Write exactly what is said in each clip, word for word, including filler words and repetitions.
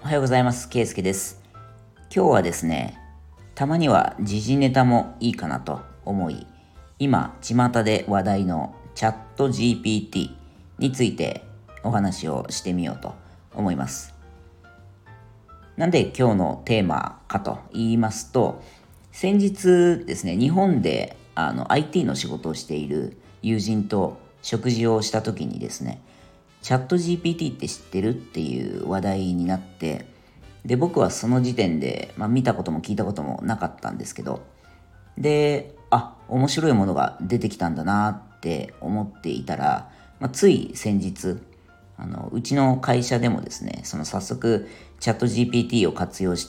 はようございます。ケイスケです。今日はですね、たまには時事ネタもいいかなと思い、今、巷で話題のチャット ジーピーティー についてお話をしてみようと思います。なんで今日のテーマかと言いますと、先日ですね、日本であの アイティー の仕事をしている友人と食事をした時にですね、チャット ジーピーティー って知ってるっていう話題になって、で僕はその時点で、まあ、見たことも聞いたこともなかったんですけど、であ面白いものが出てきたんだなって思っていたら、まあ、つい先日あのうちの会社でもですね、その早速チャット ジーピーティー を活用した、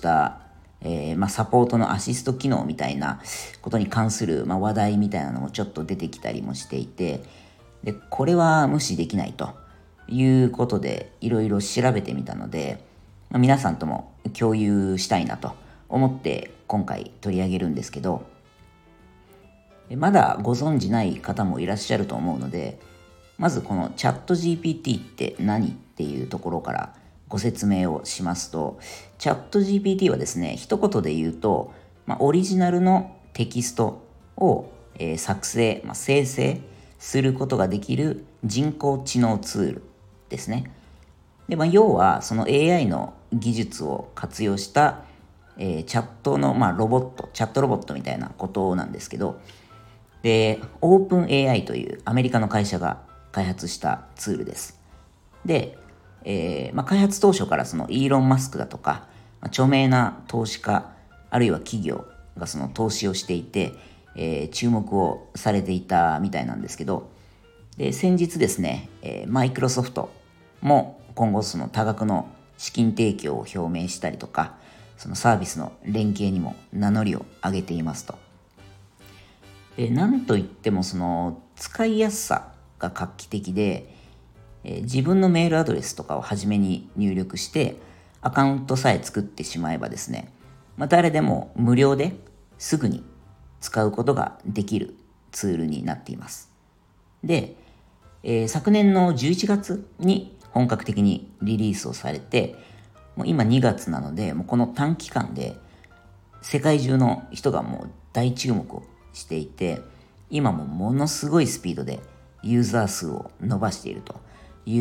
えーまあ、サポートのアシスト機能みたいなことに関する、まあ、話題みたいなのもちょっと出てきたりもしていて、でこれは無視できないということでいろいろ調べてみたので、まあ、皆さんとも共有したいなと思って今回取り上げるんですけど、まだご存じない方もいらっしゃると思うので、まずこのチャット ジーピーティー って何っていうところからご説明をしますと、チャット ジーピーティー はですね、一言で言うと、まあ、オリジナルのテキストを、えー作成、まあ、生成することができる人工知能ツールですね。で、まあ、要はその エーアイ の技術を活用した、えーチャットの、まあ、ロボット、チャットロボットみたいなことなんですけど、で、オープン エーアイ というアメリカの会社が開発したツールです。で、えーまあ、開発当初からそのイーロン・マスクだとか、まあ、著名な投資家あるいは企業がその投資をしていて、えー注目をされていたみたいなんですけど、で先日ですね、えーマイクロソフトも今後その多額の資金提供を表明したりとか、そのサービスの連携にも名乗りを上げていますと。でなんといってもその使いやすさが画期的で、えー自分のメールアドレスとかを初めに入力してアカウントさえ作ってしまえばですね、まあ、誰でも無料ですぐに使うことができるツールになっています。で、えー昨年のじゅういちがつに本格的にリリースをされて、もう今にがつなので、もうこの短期間で世界中の人がもう大注目をしていて、今もものすごいスピードでユーザー数を伸ばしているという、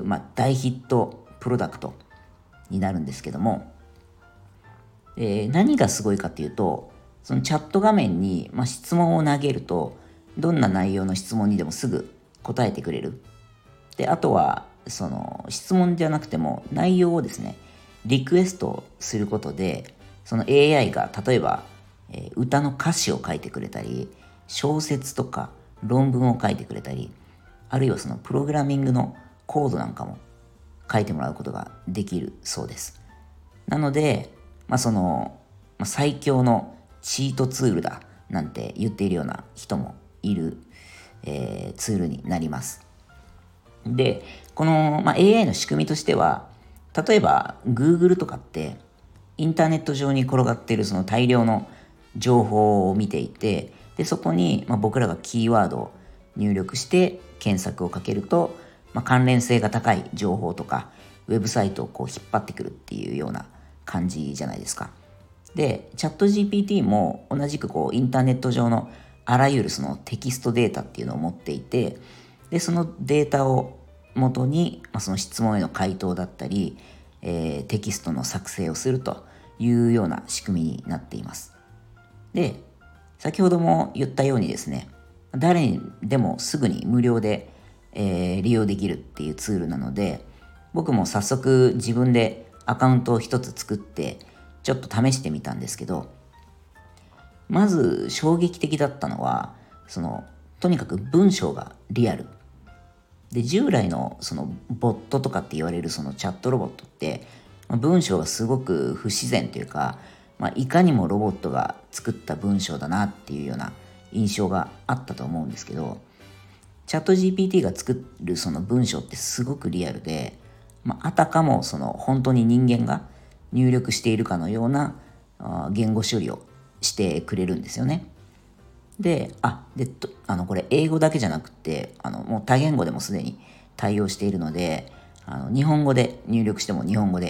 まあ、大ヒットプロダクトになるんですけども、えー何がすごいかっていうと、そのチャット画面に、まあ、質問を投げると、どんな内容の質問にでもすぐ答えてくれる。で、あとは、その質問じゃなくても内容をですね、リクエストすることで、その エーアイ が例えば、えー歌の歌詞を書いてくれたり、小説とか論文を書いてくれたり、あるいはそのプログラミングのコードなんかも書いてもらうことができるそうです。なので、まあ、その、まあ、最強のチートツールだなんて言っているような人もいる、えーツールになります。で、この、まあ、エーアイ の仕組みとしては、例えば Google とかってインターネット上に転がっているその大量の情報を見ていて、でそこに、まあ、僕らがキーワードを入力して検索をかけると、まあ、関連性が高い情報とかウェブサイトをこう引っ張ってくるっていうような感じじゃないですか。で、チャット ジーピーティー も同じくこうインターネット上のあらゆるそのテキストデータっていうのを持っていて、でそのデータを元に、まあ、その質問への回答だったり、えーテキストの作成をするというような仕組みになっています。で、先ほども言ったようにですね、誰にでもすぐに無料で、えー利用できるっていうツールなので、僕も早速自分でアカウントを一つ作ってちょっと試してみたんですけど、まず衝撃的だったのは、そのとにかく文章がリアルで、従来のそのボットとかって言われるそのチャットロボットって、まあ文章がすごく不自然というか、まあ、いかにもロボットが作った文章だなっていうような印象があったと思うんですけど、チャット ジーピーティー が作るその文章ってすごくリアルで、まあ、あたかもその本当に人間が入力しているかのようなあー言語処理をしてくれるんですよね。で、あ、で、とあの、これ英語だけじゃなくて、あの、もう多言語でもすでに対応しているので、あの、日本語で入力しても日本語で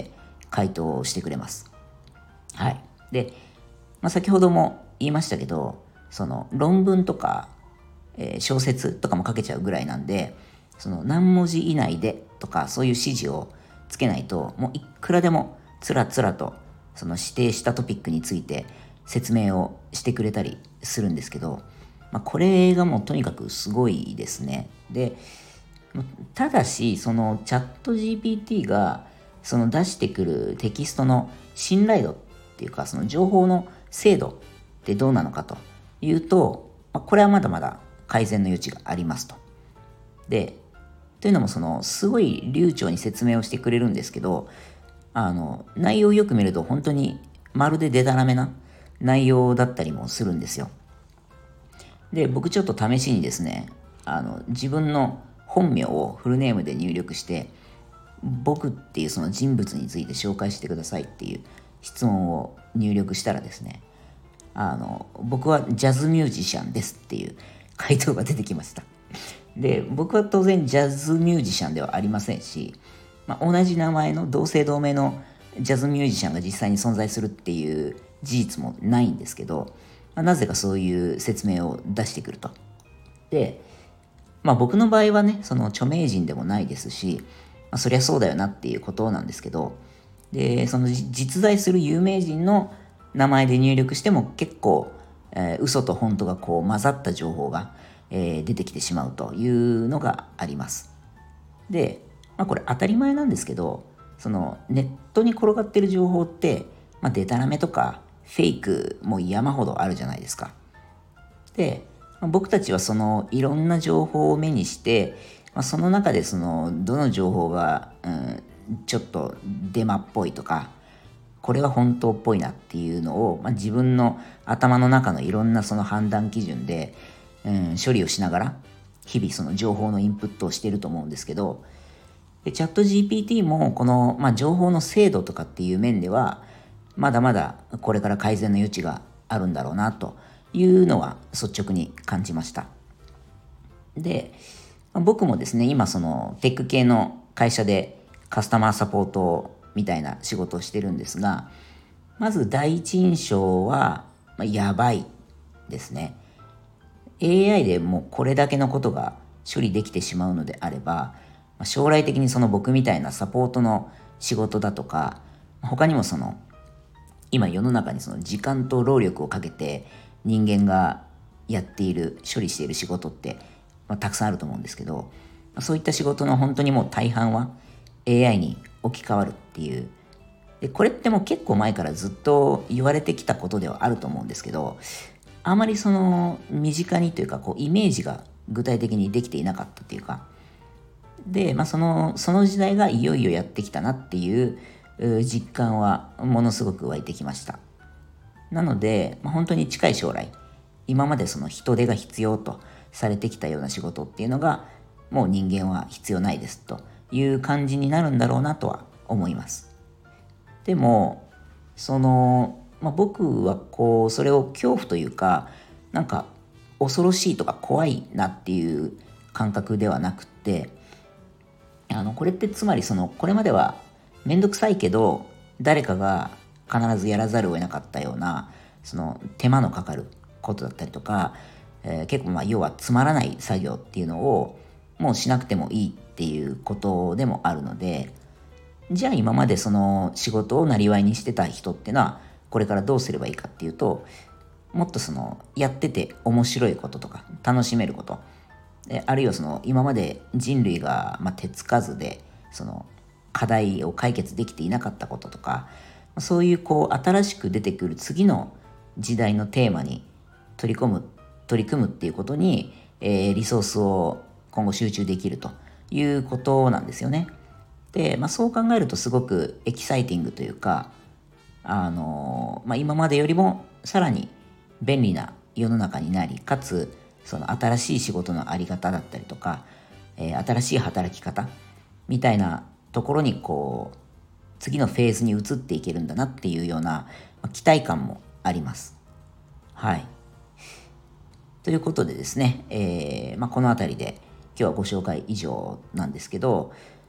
回答をしてくれます。はい。で、まあ、先ほども言いましたけど、その論文とか、えー小説とかも書けちゃうぐらいなんで、その何文字以内でとかそういう指示をつけないと、もういくらでもつらつらとその指定したトピックについて説明をしてくれたりするんですけど、まあ、これがもうとにかくすごいですね。で、ただしそのチャット ジーピーティー がその出してくるテキストの信頼度っていうか、その情報の精度ってどうなのかというと、まあ、これはまだまだ改善の余地がありますと。で、というのもそのすごい流暢に説明をしてくれるんですけど、あの内容をよく見ると本当にまるでデタラメな内容だったりもするんですよ。で、僕ちょっと試しにですね、あの自分の本名をフルネームで入力して、僕っていうその人物について紹介してくださいっていう質問を入力したらですね、あの僕はジャズミュージシャンですっていう回答が出てきました。で、僕は当然ジャズミュージシャンではありませんし、まあ、同じ名前の同姓同名のジャズミュージシャンが実際に存在するっていう事実もないんですけど、まあ、なぜかそういう説明を出してくると。で、まあ僕の場合はね、その著名人でもないですし、まあ、そりゃそうだよなっていうことなんですけど、で、その実在する有名人の名前で入力しても結構、えー嘘と本当がこう混ざった情報が、えー出てきてしまうというのがあります。で、まあ、これ当たり前なんですけど、そのネットに転がってる情報って、まあ、デタラメとかフェイクも山ほどあるじゃないですか。で、まあ僕たちはそのいろんな情報を目にして、まあ、その中でそのどの情報が、うん、ちょっとデマっぽいとか、これは本当っぽいなっていうのを、まあ、自分の頭の中のいろんなその判断基準で、うん、処理をしながら日々その情報のインプットをしていると思うんですけど、でチャット ジーピーティー もこの、まあ、情報の精度とかっていう面ではまだまだこれから改善の余地があるんだろうなというのは率直に感じました。で、まあ僕もですね、今そのテック系の会社でカスタマーサポートみたいな仕事をしてるんですが、まず第一印象は、まあ、やばいですね。エーアイ でもうこれだけのことが処理できてしまうのであれば、まあ将来的にその僕みたいなサポートの仕事だとか、他にもその今世の中にその時間と労力をかけて人間がやっている処理している仕事って、まあ、たくさんあると思うんですけど、そういった仕事の本当にもう大半は エーアイ に置き換わるっていう。で、これってもう結構前からずっと言われてきたことではあると思うんですけど、あまりその身近にというかこうイメージが具体的にできていなかったっていうか、で、まあ、そのその時代がいよいよやってきたなっていうう実感はものすごく湧いてきました。なので、まあ、本当に近い将来、今までその人手が必要とされてきたような仕事っていうのがもう人間は必要ないですという感じになるんだろうなとは思います。でもその、まあ、僕はこうそれを恐怖というか、なんか恐ろしいとか怖いなっていう感覚ではなくって、あのこれってつまりそのこれまではめんどくさいけど誰かが必ずやらざるを得なかったようなその手間のかかることだったりとか、えー結構まあ要はつまらない作業っていうのをもうしなくてもいいっていうことでもあるので、じゃあ今までその仕事をなりわいにしてた人っていうのはこれからどうすればいいかっていうと、もっとそのやってて面白いこととか楽しめること、であるいはその今まで人類がまあ手つかずでその課題を解決できていなかったこととか、そういうこう新しく出てくる次の時代のテーマに取り込む取り組むっていうことに、えーリソースを今後集中できるということなんですよね。で、まあ、そう考えるとすごくエキサイティングというか、あのまあ、今までよりもさらに便利な世の中になり、かつその新しい仕事のあり方だったりとか、えー新しい働き方みたいなところにこう次のフェーズに移っていけるんだなっていうような、まあ期待感もあります。はい。ということでですね、えーまあ、この辺りで今日はご紹介以上なんですけど、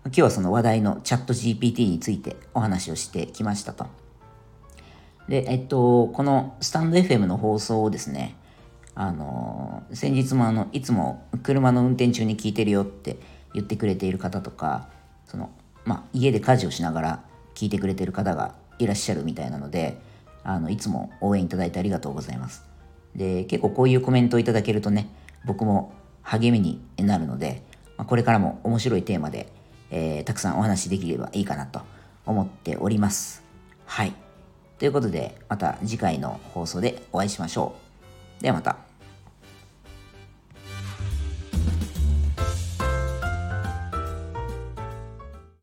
今日はその話題のチャット ジーピーティー についてお話をしてきましたと。で、えっと、このスタンド エフエム の放送をですね、あの、先日もあの、いつも車の運転中に聞いてるよって言ってくれている方とか、その、まあ、家で家事をしながら聞いてくれている方がいらっしゃるみたいなので、あの、いつも応援いただいてありがとうございます。で、結構こういうコメントをいただけるとね、僕も励みになるので、まあ、これからも面白いテーマで、えーたくさんお話しできればいいかなと思っております。はい。ということで、また次回の放送でお会いしましょう。ではまた。